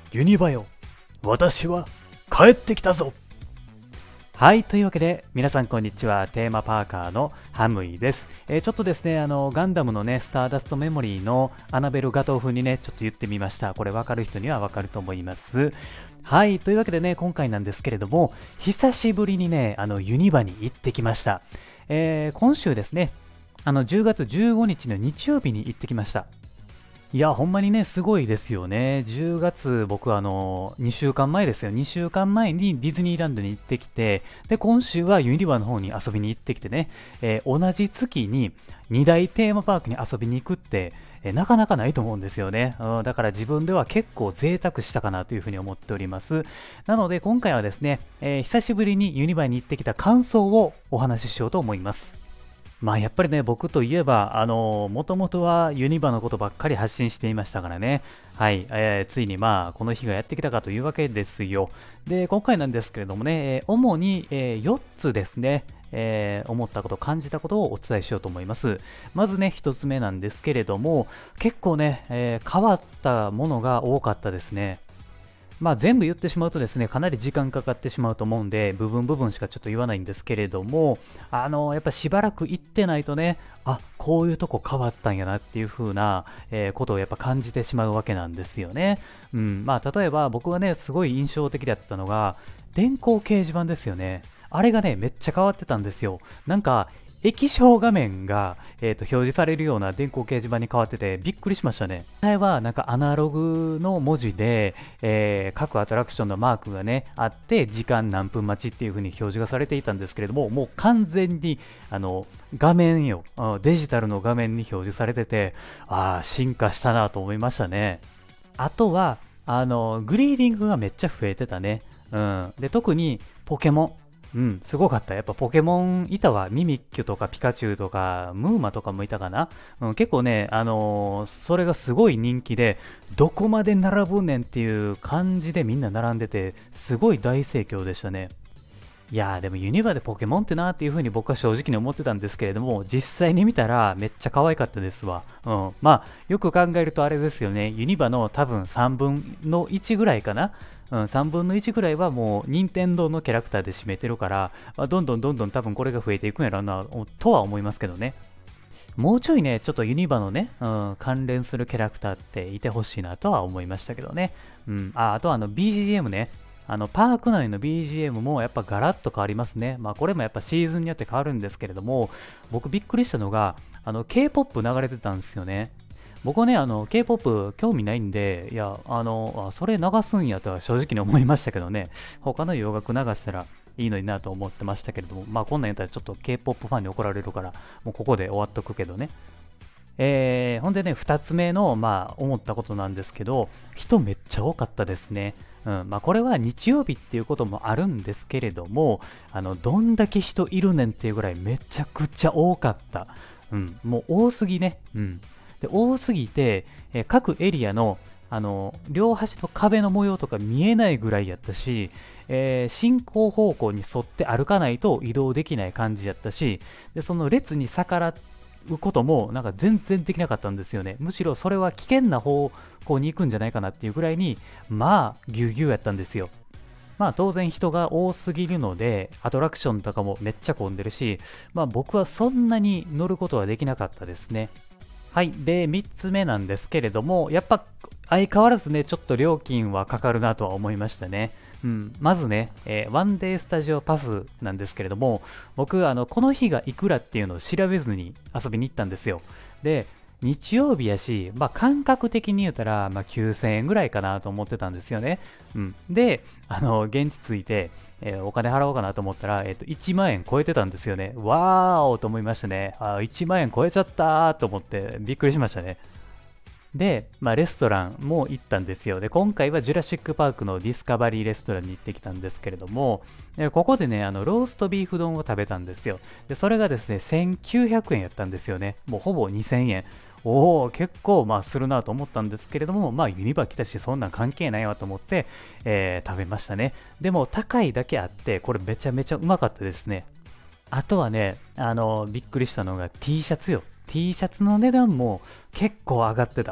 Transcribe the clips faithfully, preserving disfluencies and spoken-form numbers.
ユニバよ、私は帰ってきたぞ。はい、というわけで皆さんこんにちは。テーマパーカーのハムイです。えー、ちょっとですね、あのガンダムのねスターダストメモリーのアナベルガトー風にねちょっと言ってみました。これ分かる人には分かると思います。はい、というわけでね、今回なんですけれども、久しぶりにねあのユニバに行ってきました。えー、今週ですね、あのじゅうがつじゅうごにちの日曜日に行ってきました。いや、ほんまにね、すごいですよね。じゅうがつ、僕、あの、にしゅうかんまえですよ。にしゅうかんまえにディズニーランドに行ってきて、で、今週はユニバの方に遊びに行ってきてね、えー同じ月にに大テーマパークに遊びに行くって、えーなかなかないと思うんですよね。うん、だから自分では結構贅沢したかなというふうに思っております。なので、今回はですね、えー久しぶりにユニバに行ってきた感想をお話ししようと思います。まあやっぱりね、僕といえば、あのもともとはユニバのことばっかり発信していましたからね。はい、えーついにまあこの日がやってきたかというわけですよ。で、今回なんですけれどもね、えー主に、えーよっつですね、えー思ったこと、感じたことをお伝えしようと思います。まずね、ひとつめなんですけれども、結構ね、えー変わったものが多かったですね。まあ全部言ってしまうとですね、かなり時間かかってしまうと思うんで、部分部分しかちょっと言わないんですけれども、あの、やっぱしばらく行ってないとね、あ、こういうとこ変わったんやなっていう風な、えーことをやっぱ感じてしまうわけなんですよね。うん、まあ例えば僕がね、すごい印象的だったのが、電光掲示板ですよね。あれがね、めっちゃ変わってたんですよ。なんか、液晶画面が、えーと表示されるような電光掲示板に変わっててびっくりしましたね。前はなんかアナログの文字で、えー各アトラクションのマークがねあって、時間何分待ちっていう風に表示がされていたんですけれども、もう完全にあの画面よ、あデジタルの画面に表示されてて、ああ進化したなと思いましたね。あとはあのグリーディングがめっちゃ増えてたね。うん、で特にポケモン、うん、すごかった。やっぱポケモンいたわ。ミミッキュとかピカチュウとかムーマとかもいたかな。うん、結構ね、あのーそれがすごい人気で、どこまで並ぶねんっていう感じでみんな並んでて、すごい大盛況でしたね。いやーでもユニバでポケモンってなーっていう風に僕は正直に思ってたんですけれども、実際に見たらめっちゃ可愛かったですわ。うん。まあよく考えるとあれですよね。ユニバの多分さんぶんのいちぐらいかな。うん、さんぶんのいちぐらいはもう任天堂のキャラクターで占めてるから、まあ、どんどんどんどん多分これが増えていくんやろうなとは思いますけどね。もうちょいね、ちょっとユニバのね、うん、関連するキャラクターっていてほしいなとは思いましたけどね。うん、ああとはあの ビージーエム ね。あのパーク内の ビージーエム もやっぱガラッと変わりますね。まあこれもやっぱシーズンによって変わるんですけれども、僕びっくりしたのが、あの K-ケーポップ 流れてたんですよね。僕はね、あの K-ケーポップ 興味ないんで、いや、あの、あそれ流すんやとは正直に思いましたけどね、他の洋楽流したらいいのになと思ってましたけれども、まあこんなんやったらちょっと K-ケーポップ ファンに怒られるから、もうここで終わっとくけどね。えー、ほんでね、ふたつめの、まあ、思ったことなんですけど、人めっちゃ多かったですね。うんまあ、これは日曜日っていうこともあるんですけれども、あのどんだけ人いるねんっていうぐらいめちゃくちゃ多かった。うん、もう多すぎね。うん、で多すぎて、えー各エリアのあの両端の壁の模様とか見えないぐらいやったし、えー進行方向に沿って歩かないと移動できない感じやったし、でその列に逆らうこともなんか全然できなかったんですよね。むしろそれは危険な方向に行くんじゃないかなっていうぐらいに、まあぎゅうぎゅうやったんですよ。まあ当然人が多すぎるので、アトラクションとかもめっちゃ混んでるし、まあ僕はそんなに乗ることはできなかったですね。はい。で、みっつめなんですけれども、やっぱ相変わらずね、ちょっと料金はかかるなとは思いましたね。うん、まずね、えーワンデースタジオパスなんですけれども、僕、あの、この日がいくらっていうのを調べずに遊びに行ったんですよ。で、日曜日やし、まあ、感覚的に言うたら、まあ、きゅうせんえんぐらいかなと思ってたんですよね。うん。で、あの、現地着いて、えーお金払おうかなと思ったら、えっと、いちまん円超えてたんですよね。わーおと思いましたね。あー、いちまん円超えちゃったーと思ってびっくりしましたね。で、まあ、レストランも行ったんですよ。で、今回はジュラシックパークのディスカバリーレストランに行ってきたんですけれども、でここでね、あのローストビーフ丼を食べたんですよ。で、それがですね、せんきゅうひゃくえんやったんですよね。もうほぼにせんえん。おお、結構まあするなと思ったんですけれども、まあユニバ来たし、そんなん関係ないわと思って、えー食べましたね。でも高いだけあって、これめちゃめちゃうまかったですね。あとはね、あの、びっくりしたのが T シャツよ。T シャツの値段も結構上がってた。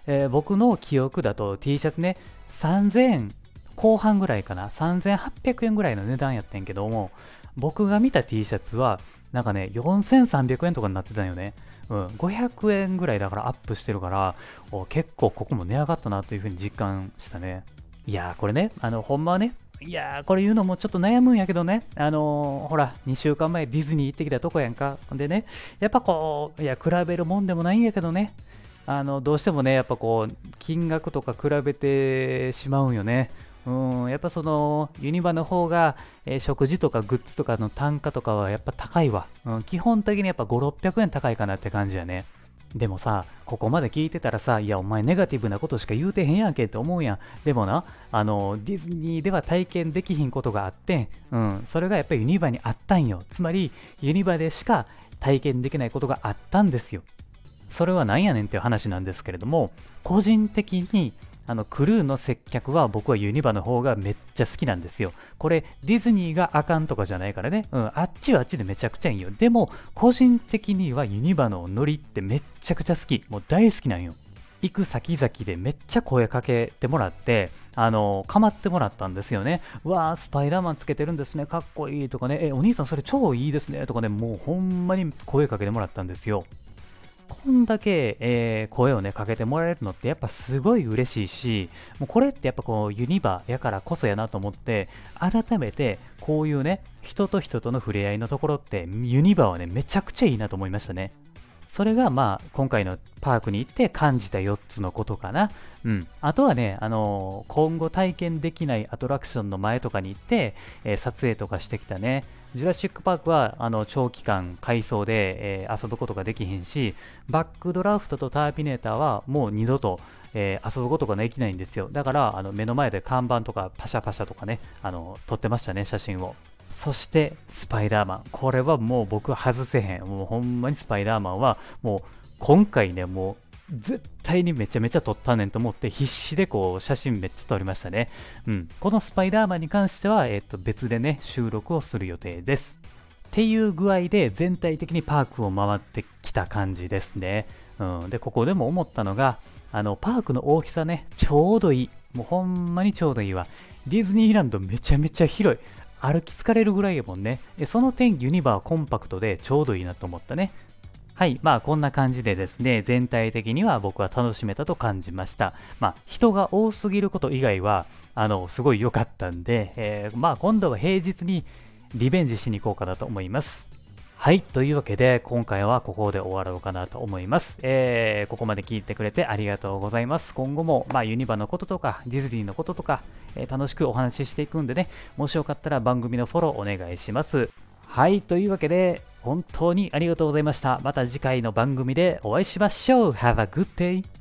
えー僕の記憶だと T シャツね、さんぜんえんこう半ぐらいかな、さんぜんはっぴゃくえんぐらいの値段やってんけども、僕が見た T シャツは、なんかね、よんせんさんびゃくえんとかになってたんよね。うん、ごひゃくえんぐらいだからアップしてるから、お結構ここも値上がったなというふうに実感したね。いやー、これね、あの、ほんまはね、いやー、これ言うのもちょっと悩むんやけどね、あのーほら、にしゅうかんまえディズニー行ってきたとこやんか。でね、やっぱこう、いや、比べるもんでもないんやけどね、あの、どうしてもね、やっぱこう、金額とか比べてしまうんよね。うん、やっぱその、ユニバの方が、えー食事とかグッズとかの単価とかはやっぱ高いわ。うん、基本的にやっぱご、ろっぴゃくえん高いかなって感じやね。でもさ、ここまで聞いてたらさ、いや、お前ネガティブなことしか言うてへんやんけって思うやん。でもな、あの、ディズニーでは体験できひんことがあって、うん、それがやっぱりユニバにあったんよ。つまり、ユニバでしか体験できないことがあったんですよ。それは何やねんっていう話なんですけれども、個人的にあのクルーの接客は僕はユニバの方がめっちゃ好きなんですよ。これディズニーがあかんとかじゃないからね。うん、あっちはあっちでめちゃくちゃいいんよ。でも個人的にはユニバのノリってめっちゃくちゃ好き。もう大好きなんよ。行く先々でめっちゃ声かけてもらって、あの、かまってもらったんですよね。うわー、スパイダーマンつけてるんですね。かっこいいとかね。え、お兄さんそれ超いいですね。とかね、もうほんまに声かけてもらったんですよ。こんだけ、えー声をね、かけてもらえるのってやっぱすごい嬉しいし、もうこれってやっぱこうユニバやからこそやなと思って、改めてこういうね、人と人との触れ合いのところってユニバはね、めちゃくちゃいいなと思いましたね。それがまあ今回のパークに行って感じたよっつのことかな。うん。あとはね、あのー今後体験できないアトラクションの前とかに行って、えー撮影とかしてきたね。ジュラシックパークはあの長期間改装で、えー遊ぶことができひんし、バックドラフトとターピネーターはもう二度と、えー遊ぶことができないんですよ。だからあの目の前で看板とかパシャパシャとかね、あの撮ってましたね、写真を。そしてスパイダーマン。これはもう僕外せへん。もうほんまにスパイダーマンはもう今回ね、もう絶対にめちゃめちゃ撮ったねんと思って必死でこう写真めっちゃ撮りましたね。うん。このスパイダーマンに関しては、えっと別でね、収録をする予定です。っていう具合で全体的にパークを回ってきた感じですね。うん。で、ここでも思ったのが、あの、パークの大きさね、ちょうどいい。もうほんまにちょうどいいわ。ディズニーランドめちゃめちゃ広い。歩き疲れるぐらいやもんね。えその点、ユニバーはコンパクトでちょうどいいなと思ったね。はい。まあ、こんな感じでですね、全体的には僕は楽しめたと感じました。まあ、人が多すぎること以外は、あの、すごい良かったんで、えーまあ、今度は平日にリベンジしに行こうかなと思います。はい。というわけで、今回はここで終わろうかなと思います。えー、ここまで聞いてくれてありがとうございます。今後も、まあ、ユニバのこととか、ディズニーのこととか、えー楽しくお話ししていくんでね、もしよかったら番組のフォローお願いします。はい。というわけで、本当にありがとうございました。また次回の番組でお会いしましょう。Have a good day!